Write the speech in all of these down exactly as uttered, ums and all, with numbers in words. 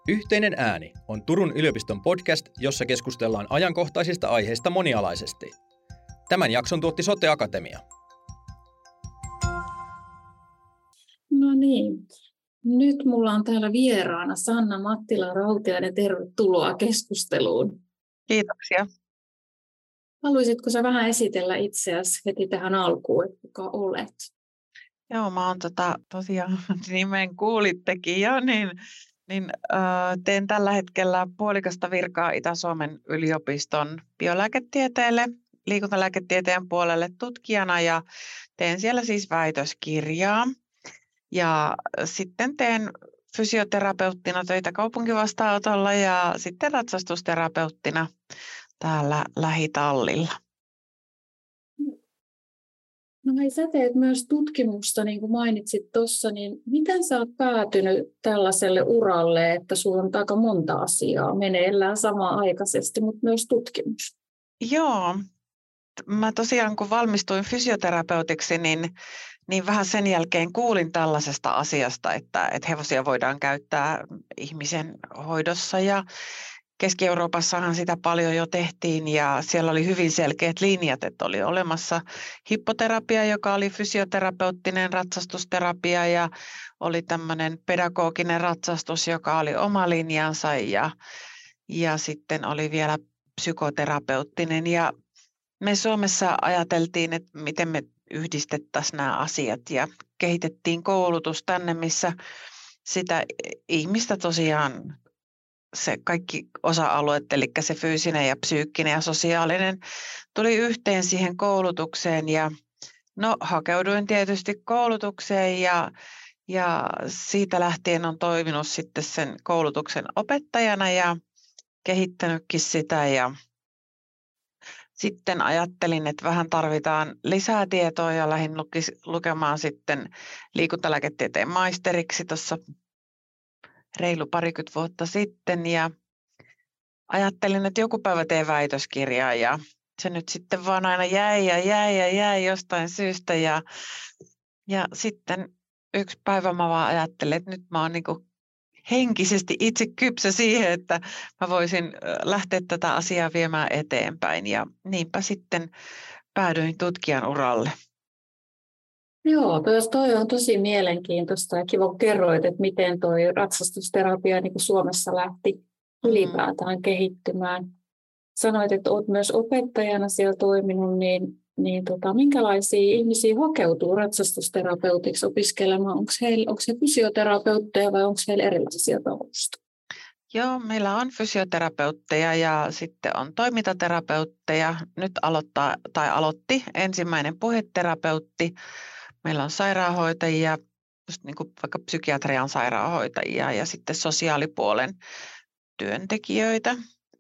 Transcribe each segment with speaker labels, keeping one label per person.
Speaker 1: Yhteinen ääni on Turun yliopiston podcast, jossa keskustellaan ajankohtaisista aiheista monialaisesti. Tämän jakson tuotti Sote Akatemia.
Speaker 2: No niin, nyt mulla on täällä vieraana Sanna Mattila-Rautiainen. Tervetuloa keskusteluun.
Speaker 3: Kiitoksia.
Speaker 2: Haluaisitko sä vähän esitellä itseäsi heti tähän alkuun, että kuka olet?
Speaker 3: Joo, mä oon tota, tosiaan nimen kuulittekin jo, niin, niin äh, teen tällä hetkellä puolikasta virkaa Itä-Suomen yliopiston biolääketieteelle, liikuntalääketieteen puolelle tutkijana ja teen siellä siis väitöskirjaa. Ja sitten teen fysioterapeuttina töitä kaupunkivastaanotolla ja sitten ratsastusterapeuttina täällä lähitallilla.
Speaker 2: No hei, sä teet myös tutkimusta, niin kuin mainitsit tuossa, niin miten sä oot päätynyt tällaiselle uralle, että sulla on aika monta asiaa meneillään samaan aikaisesti, mutta myös tutkimus?
Speaker 3: Joo, mä tosiaan kun valmistuin fysioterapeutiksi, niin, niin vähän sen jälkeen kuulin tällaisesta asiasta, että, että hevosia voidaan käyttää ihmisen hoidossa ja Keski-Euroopassahan sitä paljon jo tehtiin ja siellä oli hyvin selkeät linjat, että oli olemassa hippoterapia, joka oli fysioterapeuttinen ratsastusterapia ja oli tämmöinen pedagoginen ratsastus, joka oli oma linjansa ja, ja sitten oli vielä psykoterapeuttinen ja me Suomessa ajateltiin, että miten me yhdistettäisiin nämä asiat ja kehitettiin koulutus tänne, missä sitä ihmistä tosiaan se kaikki osa-alueet, eli se fyysinen ja psyykkinen ja sosiaalinen, tuli yhteen siihen koulutukseen ja no hakeuduin tietysti koulutukseen ja, ja siitä lähtien on toiminut sitten sen koulutuksen opettajana ja kehittänytkin sitä ja sitten ajattelin, että vähän tarvitaan lisää tietoa ja lähdin lukemaan sitten liikuntalääketieteen maisteriksi tuossa reilu parikymmentä vuotta sitten ja ajattelin, että joku päivä teen väitöskirjaa ja se nyt sitten vaan aina jäi ja jäi ja jäi jostain syystä ja, ja sitten yksi päivä mä vaan ajattelin, että nyt mä oon niin kuin henkisesti itse kypsä siihen, että mä voisin lähteä tätä asiaa viemään eteenpäin ja niinpä sitten päädyin tutkijan uralle.
Speaker 2: Joo, toi on tosi mielenkiintoista ja kiva, kun kerroit, että miten toi ratsastusterapia niin kuin Suomessa lähti ylipäätään kehittymään. Sanoit, että olet myös opettajana siellä toiminut, niin, niin tota, minkälaisia ihmisiä hakeutuu ratsastusterapeutiksi opiskelemaan? Onko heillä, onko he fysioterapeutteja vai onko heillä erilaisia taustoja?
Speaker 3: Joo, meillä on fysioterapeutteja ja sitten on toimintaterapeutteja. Nyt aloittaa tai aloitti ensimmäinen puheterapeutti. Meillä on sairaanhoitajia, just niin kuin vaikka psykiatrian sairaanhoitajia ja sitten sosiaalipuolen työntekijöitä.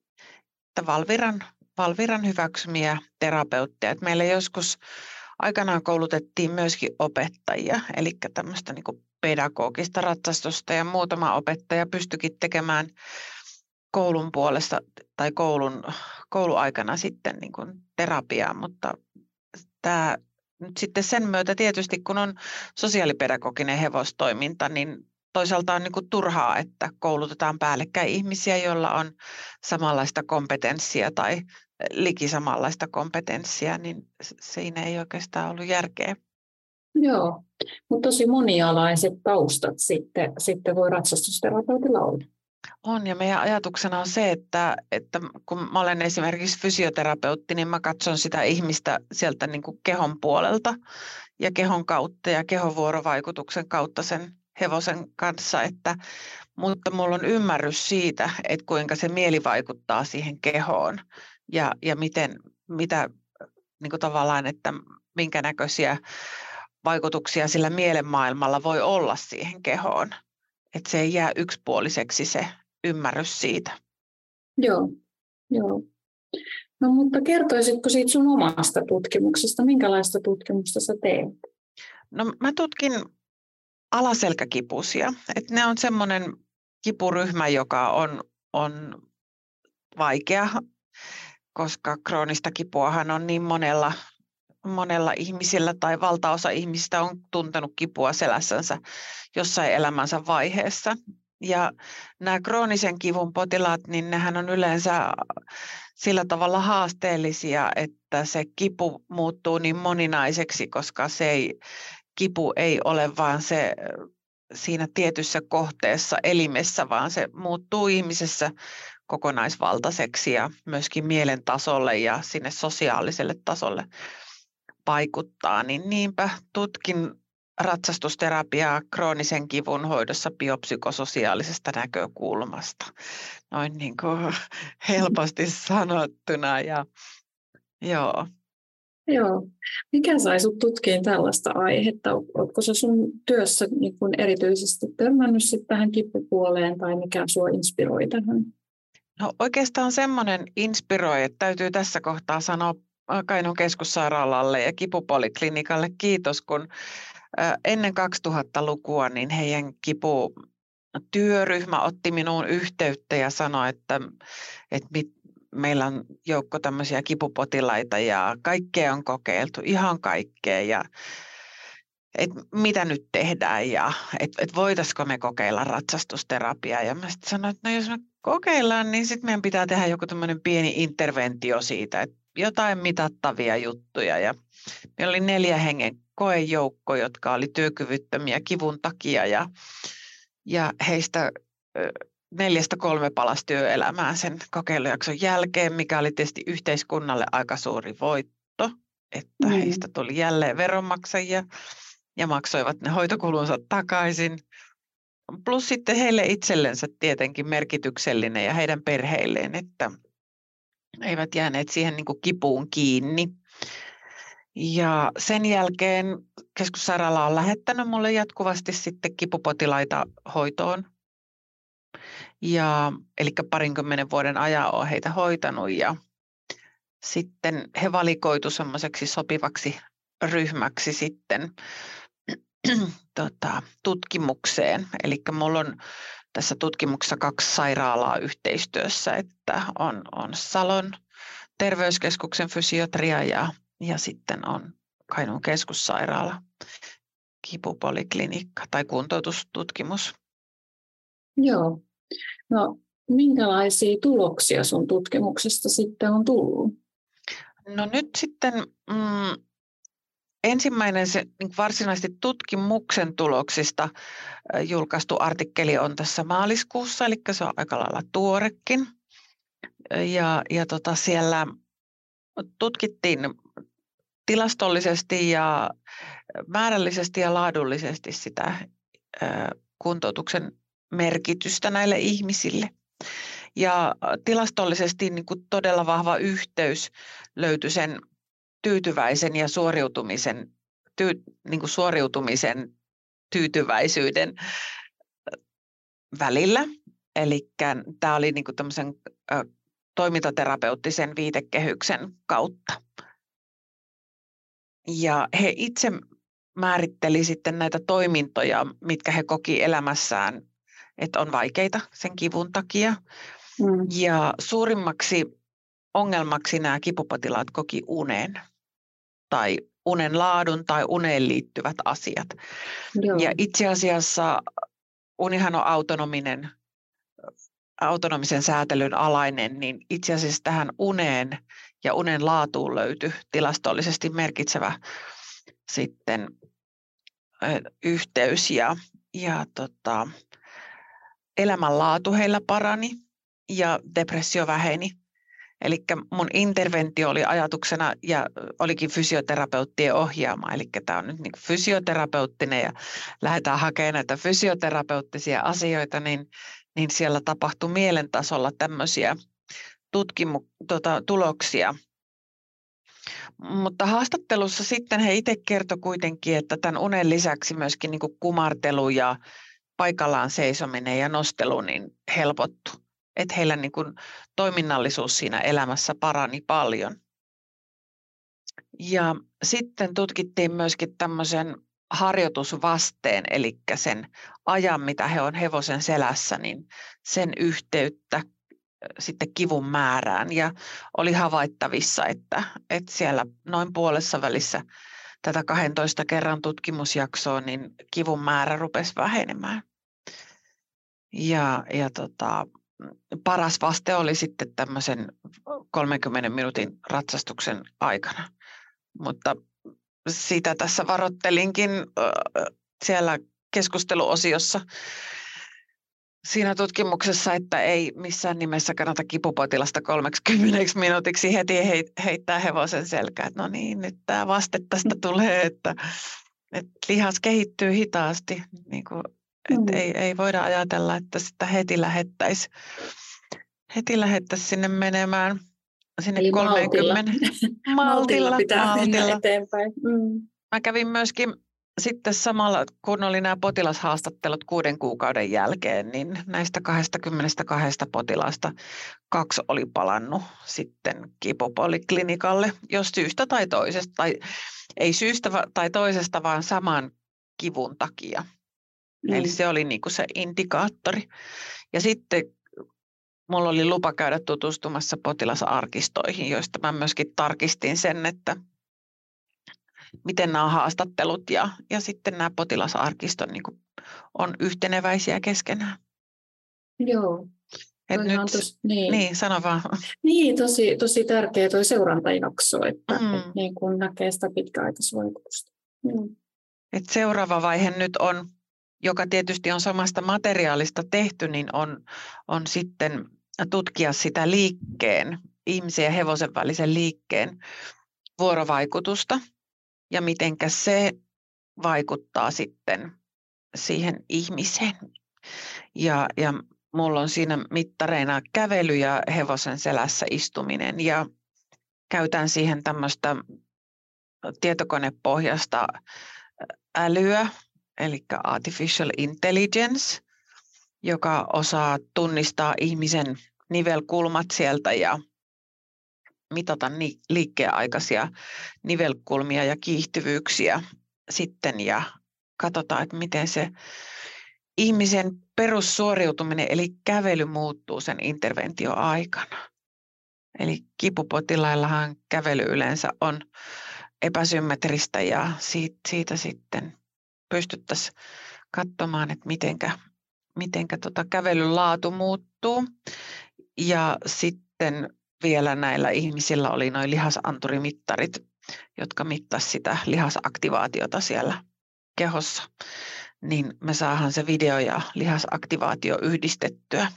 Speaker 3: Valviran, Valviran hyväksymiä terapeutteja. Et meillä joskus aikanaan koulutettiin myöskin opettajia, eli tämmöistä niin kuin pedagogista ratsastusta ja muutama opettaja pystyikin tekemään koulun puolesta tai koulun, kouluaikana sitten niin kuin terapiaa, mutta tämä nyt sitten sen myötä tietysti, kun on sosiaalipedagoginen hevostoiminta, niin toisaalta on niin kuin turhaa, että koulutetaan päällekkäin ihmisiä, joilla on samanlaista kompetenssia tai liki samanlaista kompetenssia, niin siinä ei oikeastaan ollut järkeä.
Speaker 2: Joo, mutta tosi monialaiset taustat sitten, sitten voi ratsastusterapeutilla olla.
Speaker 3: On, ja meidän ajatuksena on se, että, että kun mä olen esimerkiksi fysioterapeutti, niin mä katson sitä ihmistä sieltä niin kuin kehon puolelta ja kehon kautta ja kehon vuorovaikutuksen kautta sen hevosen kanssa, että, mutta mulla on ymmärrys siitä, että kuinka se mieli vaikuttaa siihen kehoon ja, ja miten, mitä niin kuin tavallaan, että minkä näköisiä vaikutuksia sillä mielenmaailmalla voi olla siihen kehoon. Että se ei jää yksipuoliseksi se ymmärrys siitä.
Speaker 2: Joo, joo. No mutta kertoisitko siitä sun omasta tutkimuksesta? Minkälaista tutkimusta sä teet?
Speaker 3: No mä tutkin alaselkäkipusia. Et ne on semmoinen kipuryhmä, joka on, on vaikea, koska kroonista kipuahan on niin monella, monella ihmisillä tai valtaosa ihmisistä on tuntenut kipua selässänsä jossain elämänsä vaiheessa. Ja nämä kroonisen kivun potilaat, niin nehän on yleensä sillä tavalla haasteellisia, että se kipu muuttuu niin moninaiseksi, koska se ei, kipu ei ole vaan se siinä tietyssä kohteessa elimessä, vaan se muuttuu ihmisessä kokonaisvaltaiseksi ja myöskin mielen tasolle ja sinne sosiaaliselle tasolle vaikuttaa. Niin niinpä tutkin ratsastusterapiaa kroonisen kivun hoidossa biopsykososiaalisesta näkökulmasta. Noin niin kuin helposti sanottuna. Ja, joo.
Speaker 2: Joo. Mikä sai sinut tutkimaan tällaista aihetta? Oletko sä sun työssä niin kun erityisesti törmännyt sit tähän kipupuoleen tai mikä sinua inspiroi tähän?
Speaker 3: No oikeastaan semmoinen inspiroi, että täytyy tässä kohtaa sanoa Kainuun keskussairaalalle ja kipupoliklinikalle kiitos, kun ennen kaksituhattalukua niin heidän kiputyöryhmä otti minuun yhteyttä ja sanoi, että, että mit, meillä on joukko tämmöisiä kipupotilaita ja kaikkea on kokeiltu, ihan kaikkea ja et mitä nyt tehdään ja että et voitaisiko me kokeilla ratsastusterapiaa. Ja mä sitten sanoin, että no jos me kokeillaan, niin sitten meidän pitää tehdä joku tämmöinen pieni interventio siitä, että jotain mitattavia juttuja. Ja meillä oli neljä hengen koejoukko, jotka oli työkyvyttömiä kivun takia ja, ja heistä neljästä kolme palasi työelämään sen kokeilujakson jälkeen, mikä oli tietysti yhteiskunnalle aika suuri voitto, että mm. heistä tuli jälleen veronmaksajia ja maksoivat ne hoitokulunsa takaisin. Plus sitten heille itsellensä tietenkin merkityksellinen ja heidän perheilleen, että eivät jääneet siihen niin kuin kipuun kiinni. Ja sen jälkeen keskussairaala on lähettänyt mulle jatkuvasti sitten kipupotilaita hoitoon. Ja, eli parinkymmenen vuoden ajan olen heitä hoitanut ja sitten he valikoitu semmoiseksi sopivaksi ryhmäksi sitten tota, tutkimukseen. Eli minulla on tässä tutkimuksessa kaksi sairaalaa yhteistyössä, että on, on Salon terveyskeskuksen fysiatria ja, ja sitten on Kainuun keskussairaala, kipupoliklinikka tai kuntoutustutkimus.
Speaker 2: Joo. No, minkälaisia tuloksia sun tutkimuksesta sitten on tullut?
Speaker 3: No nyt sitten mm, ensimmäinen se, niin varsinaisesti tutkimuksen tuloksista äh, julkaistu artikkeli on tässä maaliskuussa, eli se on aika lailla tuorekin. Ja, ja tota siellä tutkittiin tilastollisesti ja määrällisesti ja laadullisesti sitä äh, kuntoutuksen merkitystä näille ihmisille. Ja tilastollisesti niin kuin todella vahva yhteys löytyi sen tyytyväisen ja suoriutumisen, tyy, niin kuin suoriutumisen tyytyväisyyden välillä. Eli tämä oli niin kuin tämmöisen ö, toimintaterapeuttisen viitekehyksen kautta. Ja he itse määritteli sitten näitä toimintoja, mitkä he koki elämässään, että on vaikeita sen kivun takia. Mm. Ja suurimmaksi ongelmaksi nämä kipupotilaat koki unen tai unen laadun tai uneen liittyvät asiat. Joo. Ja itse asiassa unihan on autonominen, autonomisen säätelyn alainen, niin itse asiassa tähän uneen ja unen laatuun löytyi tilastollisesti merkitsevä sitten yhteys ja, ja tota, elämänlaatu heillä parani ja depressio väheni. Eli mun interventio oli ajatuksena ja olikin fysioterapeuttien ohjaama. Eli tämä on nyt niin fysioterapeuttinen ja lähdetään hakemaan näitä fysioterapeuttisia asioita, niin, niin siellä tapahtui mielentasolla tämmöisiä tutkimu- tota, tuloksia. Mutta haastattelussa sitten he itse kertoi kuitenkin, että tämän unen lisäksi myöskin niin kuin kumartelu ja paikallaan seisominen ja nostelu niin helpottui. Että heillä niin kuin toiminnallisuus siinä elämässä parani paljon. Ja sitten tutkittiin myöskin tämmöisen harjoitusvasteen, eli sen ajan, mitä he on hevosen selässä, niin sen yhteyttä sitten kivun määrään. Ja oli havaittavissa, että, että siellä noin puolessa välissä tätä kahdentoista kerran tutkimusjaksoa, niin kivun määrä rupesi vähenemään. Ja, ja tota, paras vaste oli sitten tämmöisen kolmenkymmenen minuutin ratsastuksen aikana. Mutta sitä tässä varoittelinkin äh, siellä keskusteluosiossa siinä tutkimuksessa, että ei missään nimessä kannata kipupotilasta kolmekymmentä minuutiksi heti heittää hevosen selkään. No niin, nyt tämä vaste tästä tulee, että, että lihas kehittyy hitaasti. Niin kuin, että mm. ei, ei voida ajatella, että sitä heti lähettäisiin heti lähettäisi sinne menemään sinne
Speaker 2: Eli
Speaker 3: kolmekymmentä.
Speaker 2: Maltilla, maltilla pitää maltilla. mennä eteenpäin. Mm.
Speaker 3: Mä kävin myöskin sitten samalla, kun oli nämä potilashaastattelut kuuden kuukauden jälkeen, niin näistä kaksikymmentäkaksi potilaasta kaksi oli palannut sitten kipupoliklinikalle, jos syystä tai toisesta, tai ei syystä tai toisesta, vaan saman kivun takia. Mm. Eli se oli niin kuin se indikaattori. Ja sitten mulla oli lupa käydä tutustumassa potilasarkistoihin, joista mä myöskin tarkistin sen, että miten nämä haastattelut ja, ja sitten nämä potilasarkistot niin kuin on yhteneväisiä keskenään.
Speaker 2: Joo.
Speaker 3: Et nyt,
Speaker 2: tos, niin.
Speaker 3: niin, sano vaan.
Speaker 2: Niin, tosi, tosi tärkeä tuo seurantajakso, että mm. et niin kun näkee sitä pitkäaikaisvaikutusta. Mm.
Speaker 3: Et seuraava vaihe nyt on, joka tietysti on samasta materiaalista tehty, niin on, on sitten tutkia sitä liikkeen, ihmisen ja hevosen välisen liikkeen vuorovaikutusta ja mitenkä se vaikuttaa sitten siihen ihmiseen. Ja, ja mulla on siinä mittareina kävely ja hevosen selässä istuminen ja käytän siihen tämmöistä tietokonepohjasta älyä, eli artificial intelligence, joka osaa tunnistaa ihmisen nivelkulmat sieltä ja mitata ni- liikkeenaikaisia nivelkulmia ja kiihtyvyyksiä sitten ja katsotaan, että miten se ihmisen perussuoriutuminen eli kävely muuttuu sen interventioaikana. Eli kipupotilaillahan kävely yleensä on epäsymmetristä ja siitä, siitä sitten pystyttäisiin katsomaan, että mitenkä, mitenkä tota kävelyn laatu muuttuu. Ja sitten vielä näillä ihmisillä oli nuo lihasanturimittarit, jotka mittasivat sitä lihasaktivaatiota siellä kehossa. Niin me saadaan se video ja lihasaktivaatio yhdistettyä.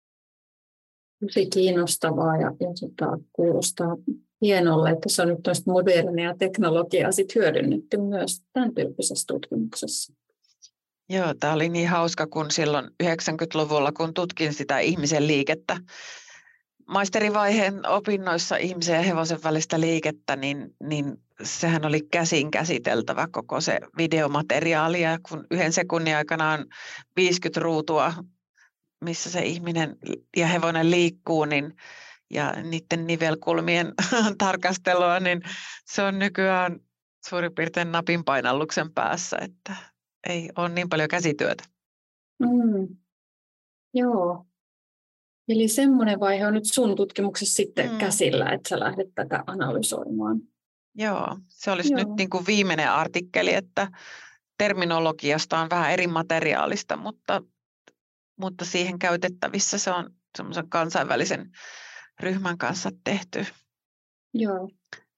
Speaker 2: Tosi kiinnostavaa ja, ja tota, kuulostaa hienolle, että se on nyt tuosta modernia teknologiaa sit hyödynnetty myös tämän tyyppisessä tutkimuksessa.
Speaker 3: Joo, tämä oli niin hauska, kun silloin yhdeksänkymmentäluvulla, kun tutkin sitä ihmisen liikettä, maisterivaiheen opinnoissa ihmisen ja hevosen välistä liikettä, niin, niin sehän oli käsin käsiteltävä koko se videomateriaali, ja kun yhden sekunnin aikana on viisikymmentä ruutua, missä se ihminen ja hevonen liikkuu, niin, ja niiden nivelkulmien tarkastelua, niin se on nykyään suurin piirtein napin painalluksen päässä, että ei ole niin paljon käsityötä.
Speaker 2: Mm. Joo. Eli semmoinen vaihe on nyt sun tutkimuksessa sitten mm. käsillä, että sä lähdet tätä analysoimaan.
Speaker 3: Joo, se olisi
Speaker 2: Joo.
Speaker 3: nyt niin kuin viimeinen artikkeli, että terminologiasta on vähän eri materiaalista, mutta, mutta siihen käytettävissä se on semmoisen kansainvälisen ryhmän kanssa tehty.
Speaker 2: Joo.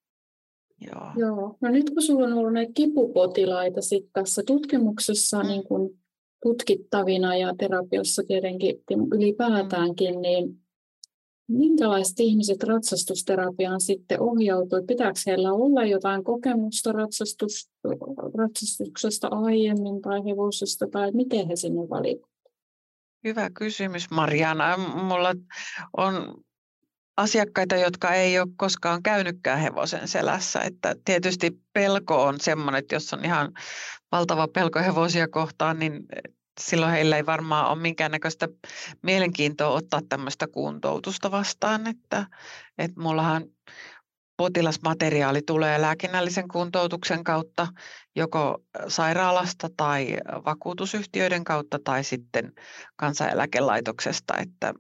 Speaker 3: Joo.
Speaker 2: Joo. No nyt kun sulla on ollut näitä kipupotilaita sit tässä tutkimuksessa mm. niin kun tutkittavina ja terapiassa tietenkin ylipäätäänkin, niin minkälaiset ihmiset ratsastusterapiaan sitten ohjautuu? Pitääkö heillä olla jotain kokemusta ratsastus, ratsastuksesta aiemmin tai hevosesta, tai miten he sinne valikoivat?
Speaker 3: Hyvä kysymys, Mariana. Mulla on asiakkaita, jotka ei ole koskaan käynytkään hevosen selässä. Että tietysti pelko on semmoinen, että jos on ihan valtava pelko hevosia kohtaan, niin silloin heillä ei varmaan ole minkäännäköistä mielenkiintoa ottaa tämmöistä kuntoutusta vastaan. Että, että mullahan potilasmateriaali tulee lääkinnällisen kuntoutuksen kautta joko sairaalasta tai vakuutusyhtiöiden kautta tai sitten kansaneläkelaitoksesta, että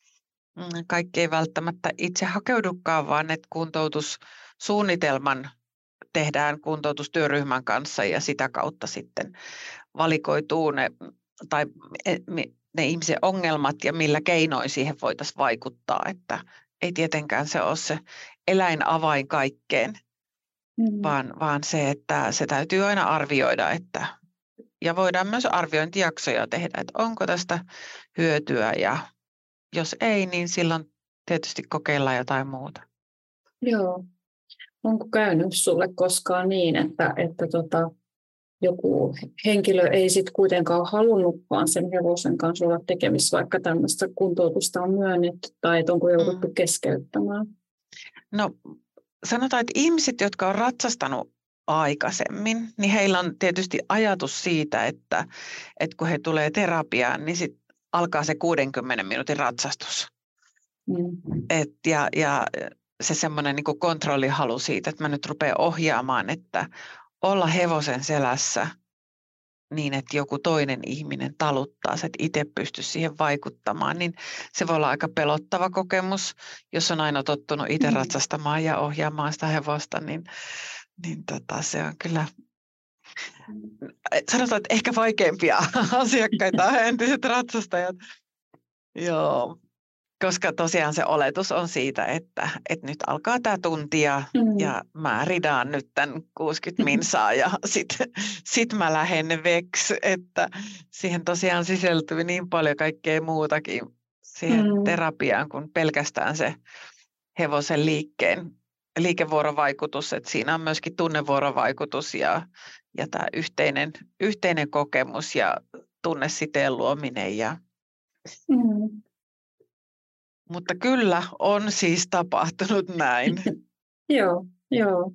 Speaker 3: kaikki ei välttämättä itse hakeudukaan, vaan että kuntoutussuunnitelman tehdään kuntoutustyöryhmän kanssa ja sitä kautta sitten valikoituu ne, tai ne ihmisen ongelmat ja millä keinoin siihen voitaisiin vaikuttaa, että ei tietenkään se ole se eläinavain kaikkeen,
Speaker 2: Mm.
Speaker 3: vaan, vaan se, että se täytyy aina arvioida, että, ja voidaan myös arviointijaksoja tehdä, että onko tästä hyötyä, ja jos ei, niin silloin tietysti kokeillaan jotain muuta.
Speaker 2: Joo. Onko käynyt sulle koskaan niin, että, että tota, joku henkilö ei sitten kuitenkaan halunnutkaan sen hevosen kanssa olla tekemissä, vaikka tämmöistä kuntoutusta on myönnetty, tai että onko jouduttu
Speaker 3: Mm.
Speaker 2: keskeyttämään?
Speaker 3: No sanotaan, että ihmiset, jotka on ratsastanut aikaisemmin, niin heillä on tietysti ajatus siitä, että, että kun he tulee terapiaan, niin sit alkaa se kuudenkymmenen minuutin ratsastus.
Speaker 2: Mm.
Speaker 3: Et ja, ja se semmoinen niin kuin kontrollihalu siitä, että mä nyt rupean ohjaamaan, että olla hevosen selässä niin, että joku toinen ihminen taluttaa, että itse pysty siihen vaikuttamaan, niin se voi olla aika pelottava kokemus, jos on aina tottunut itse
Speaker 2: Mm.
Speaker 3: ratsastamaan ja ohjaamaan sitä hevosta, niin, niin tota, se on kyllä, sanotaan, että ehkä vaikeimpia asiakkaita on entiset ratsastajat. Joo. Koska tosiaan se oletus on siitä, että, että nyt alkaa tämä tunti ja,
Speaker 2: Mm.
Speaker 3: ja mä ridaan nyt tämän kuusikymmentä minsaa ja sitten sit mä lähden veks, että siihen tosiaan sisältyy niin paljon kaikkea muutakin siihen
Speaker 2: Mm.
Speaker 3: terapiaan kuin pelkästään se hevosen liikkeen, liikevuorovaikutus, että siinä on myöskin tunnevuorovaikutus ja, ja tämä yhteinen, yhteinen kokemus ja tunnesiteen luominen ja
Speaker 2: Mm.
Speaker 3: mutta kyllä on siis tapahtunut näin.
Speaker 2: Joo, joo.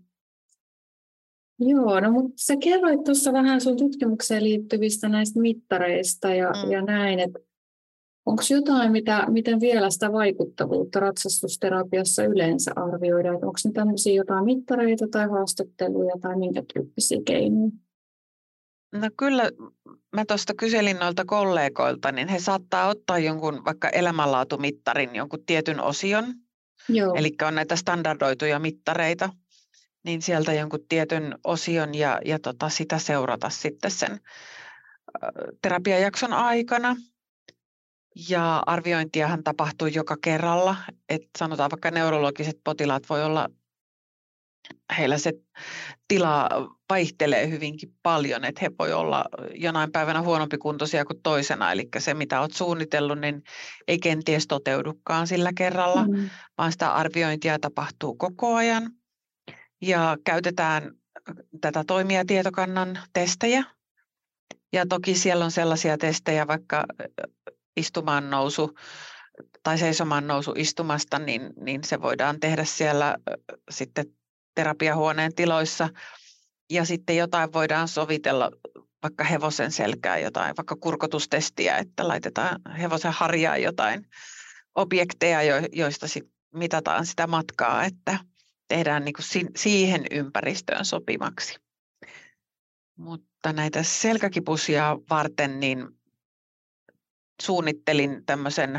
Speaker 2: Joo, no mutta sä kerroit tuossa vähän sun tutkimukseen liittyvistä näistä mittareista ja,
Speaker 3: Mm.
Speaker 2: ja näin, että onko jotain, mitä, miten vielä sitä vaikuttavuutta ratsastusterapiassa yleensä arvioidaan? Onko ne tämmöisiä jotain mittareita tai haastatteluja tai minkä tyyppisiä keinoja?
Speaker 3: No kyllä, mä tuosta kyselin noilta kollegoilta, niin he saattaa ottaa jonkun vaikka elämänlaatumittarin, jonkun tietyn osion,
Speaker 2: Joo.
Speaker 3: eli on näitä standardoituja mittareita, niin sieltä jonkun tietyn osion ja, ja tota, sitä seurata sitten sen ä, terapiajakson aikana. Ja arviointiahan tapahtuu joka kerralla, että sanotaan vaikka neurologiset potilaat voi olla, heillä se tila vaihtelee hyvinkin paljon, että he voi olla jonain päivänä huonompi kuntoisia kuin toisena, eli se mitä olet suunnitellut, niin ei kenties toteudukaan sillä kerralla,
Speaker 2: Mm.
Speaker 3: vaan sitä arviointia tapahtuu koko ajan ja käytetään tätä toimijatietokannan testejä. Ja toki siellä on sellaisia testejä, vaikka istumaan nousu tai seisomaan nousu istumasta, niin, niin se voidaan tehdä siellä sitten terapiahuoneen tiloissa. Ja sitten jotain voidaan sovitella, vaikka hevosen selkään jotain, vaikka kurkotustestiä, että laitetaan hevosen harjaan jotain objekteja, joista sit mitataan sitä matkaa, että tehdään niinku siihen ympäristöön sopivaksi. Mutta näitä selkäkipusia varten niin suunnittelin tämmöisen ö,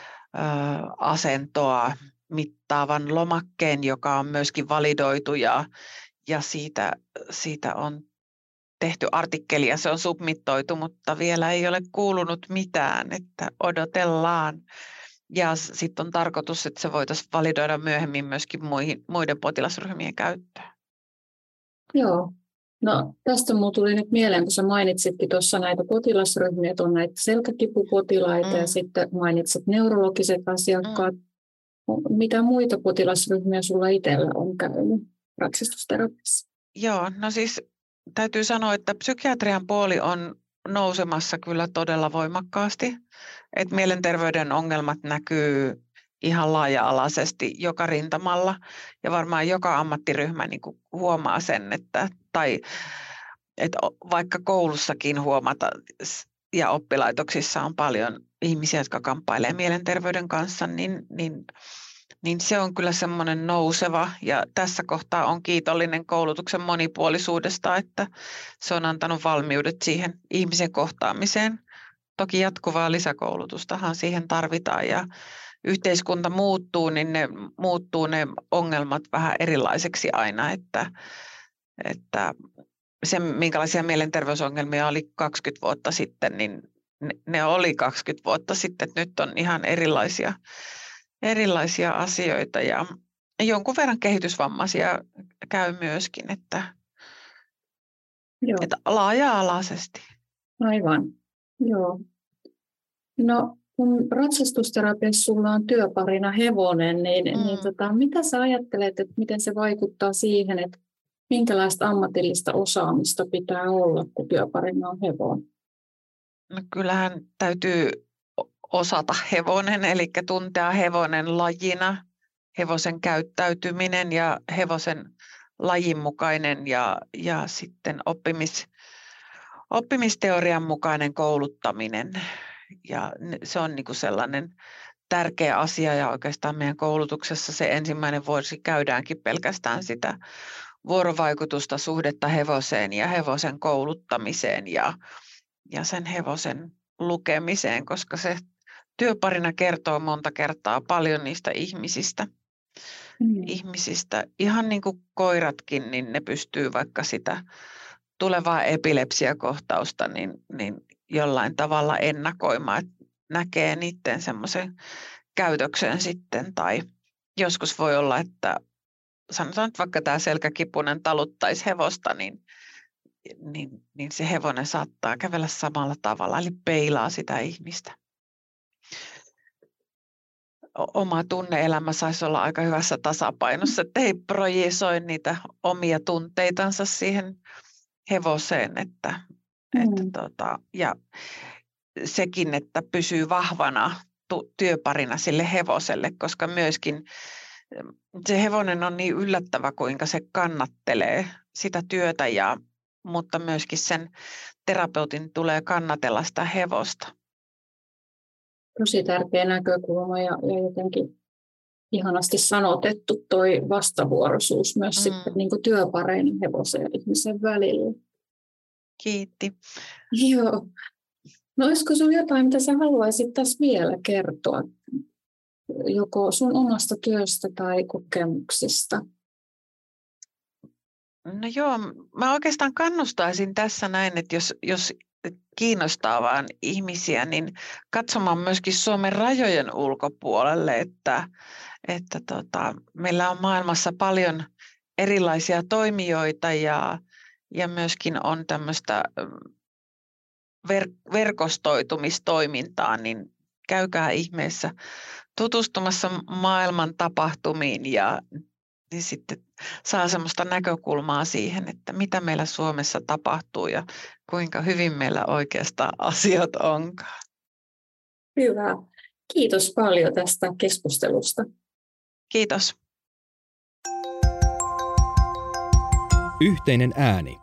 Speaker 3: asentoa mittaavan lomakkeen, joka on myöskin validoitu ja, ja siitä, siitä on tehty artikkeli ja se on submittoitu, mutta vielä ei ole kuulunut mitään, että odotellaan. Ja sitten on tarkoitus, että se voitaisiin validoida myöhemmin myöskin muihin, muiden potilasryhmien käyttöön.
Speaker 2: Joo. No tästä minulle tuli nyt mieleen, kun sä mainitsitkin tuossa näitä potilasryhmiä, että on näitä selkäkipupotilaita mm. ja sitten mainitsit neurologiset asiakkaat. Mm. Mitä muita potilasryhmiä sulla itsellä on käynyt ratsastusterapiassa?
Speaker 3: Joo, no siis täytyy sanoa, että psykiatrian puoli on nousemassa kyllä todella voimakkaasti. Et mielenterveyden ongelmat näkyy ihan laaja-alaisesti joka rintamalla ja varmaan joka ammattiryhmä niin kuin huomaa sen, että, tai, että vaikka koulussakin huomata ja oppilaitoksissa on paljon ihmisiä, jotka kamppailee mielenterveyden kanssa, niin, niin, niin se on kyllä semmoinen nouseva ja tässä kohtaa on kiitollinen koulutuksen monipuolisuudesta, että se on antanut valmiudet siihen ihmisen kohtaamiseen. Toki jatkuvaa lisäkoulutustahan siihen tarvitaan ja yhteiskunta muuttuu, niin ne muuttuu ne ongelmat vähän erilaiseksi aina, että, että se minkälaisia mielenterveysongelmia oli kaksikymmentä vuotta sitten, niin, ne, ne oli kaksikymmentä vuotta sitten, että nyt on ihan erilaisia, erilaisia asioita ja jonkun verran kehitysvammaisia käy myöskin, että, että laaja-alaisesti.
Speaker 2: Aivan, joo. No kun ratsastusterapiassa sulla on työparina hevonen, niin, mm. niin tota, mitä sä ajattelet, että miten se vaikuttaa siihen, että minkälaista ammatillista osaamista pitää olla, kun työparina on hevonen?
Speaker 3: No kyllähän täytyy osata hevonen, eli tuntea hevonen lajina, hevosen käyttäytyminen ja hevosen lajin mukainen ja, ja sitten oppimis, oppimisteorian mukainen kouluttaminen. Ja se on niin kuin sellainen tärkeä asia ja oikeastaan meidän koulutuksessa se ensimmäinen vuosi käydäänkin pelkästään sitä vuorovaikutusta, suhdetta hevoseen ja hevosen kouluttamiseen ja, ja sen hevosen lukemiseen, koska se työparina kertoo monta kertaa paljon niistä ihmisistä. Mm. ihmisistä. Ihan niin kuin koiratkin, niin ne pystyy vaikka sitä tulevaa epilepsiakohtausta niin, niin jollain tavalla ennakoimaan, että näkee niiden semmoisen käytöksen sitten. Tai joskus voi olla, että sanotaan, että vaikka tämä selkäkipunen taluttaisi hevosta, niin, niin, niin se hevonen saattaa kävellä samalla tavalla, eli peilaa sitä ihmistä. Oma tunne-elämä saisi olla aika hyvässä tasapainossa, että ei projisoi niitä omia tunteitansa siihen hevoseen. Että, mm. että tota, ja sekin, että pysyy vahvana tu- työparina sille hevoselle, koska myöskin se hevonen on niin yllättävä, kuinka se kannattelee sitä työtä, ja, mutta myöskin sen terapeutin tulee kannatella sitä hevosta.
Speaker 2: Tosi tärkeä näkökulma ja, ja jotenkin ihanasti sanotettu toi vastavuoroisuus myös mm. sitten niin kuin työpareiden hevosen ja ihmisen välillä.
Speaker 3: Kiitti.
Speaker 2: Joo. No olisiko sinulla jotain, mitä sä haluaisit tässä vielä kertoa, joko sun omasta työstä tai kokemuksista?
Speaker 3: No joo, mä oikeastaan kannustaisin tässä näin, että jos, jos kiinnostaa vaan ihmisiä, niin katsomaan myöskin Suomen rajojen ulkopuolelle, että, että tota, meillä on maailmassa paljon erilaisia toimijoita ja, ja myöskin on tämmöistä ver, verkostoitumistoimintaa, niin käykää ihmeessä tutustumassa maailman tapahtumiin ja niin sitten saa semmoista näkökulmaa siihen, että mitä meillä Suomessa tapahtuu ja kuinka hyvin meillä oikeastaan asiat onkaan.
Speaker 2: Hyvä. Kiitos paljon tästä keskustelusta.
Speaker 3: Kiitos.
Speaker 1: Yhteinen ääni.